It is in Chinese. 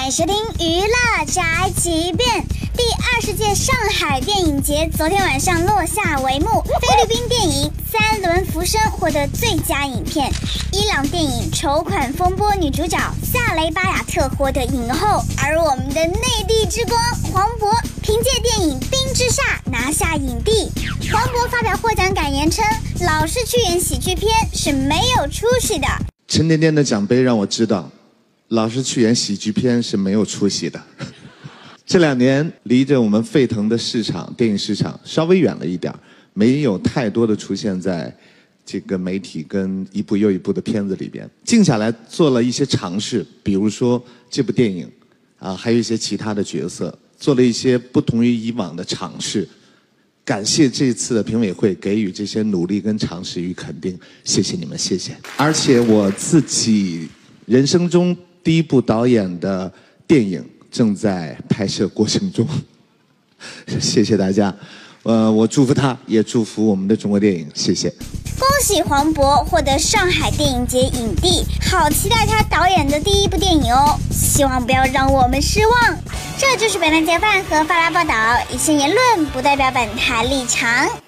欢迎收听娱乐宅急便。第20届上海电影节昨天晚上落下帷幕，菲律宾电影《三轮浮生》获得最佳影片，伊朗电影《筹款风波》女主角夏雷巴雅特获得影后，而我们的内地之光黄渤凭借电影《冰之下》拿下影帝。黄渤发表获奖感言称，老是去演喜剧片是没有出息的。 沉甸甸的奖杯让我知道，老是去演喜剧片是没有出息的。这2年离着我们沸腾的市场，电影市场稍微远了一点，没有太多的出现在这个媒体跟一部又一部的片子里边。静下来做了一些尝试，比如说这部电影还有一些其他的角色，做了一些不同于以往的尝试。感谢这次的评委会给予这些努力跟尝试与肯定，谢谢你们，谢谢。而且我自己人生中第一部导演的电影正在拍摄过程中，谢谢大家。我祝福他，也祝福我们的中国电影，谢谢。 恭喜黄渤获得上海电影节影帝，好期待他导演的第一部电影哦！希望不要让我们失望。这就是本台节范和发拉报道，以上言论不代表本台立场。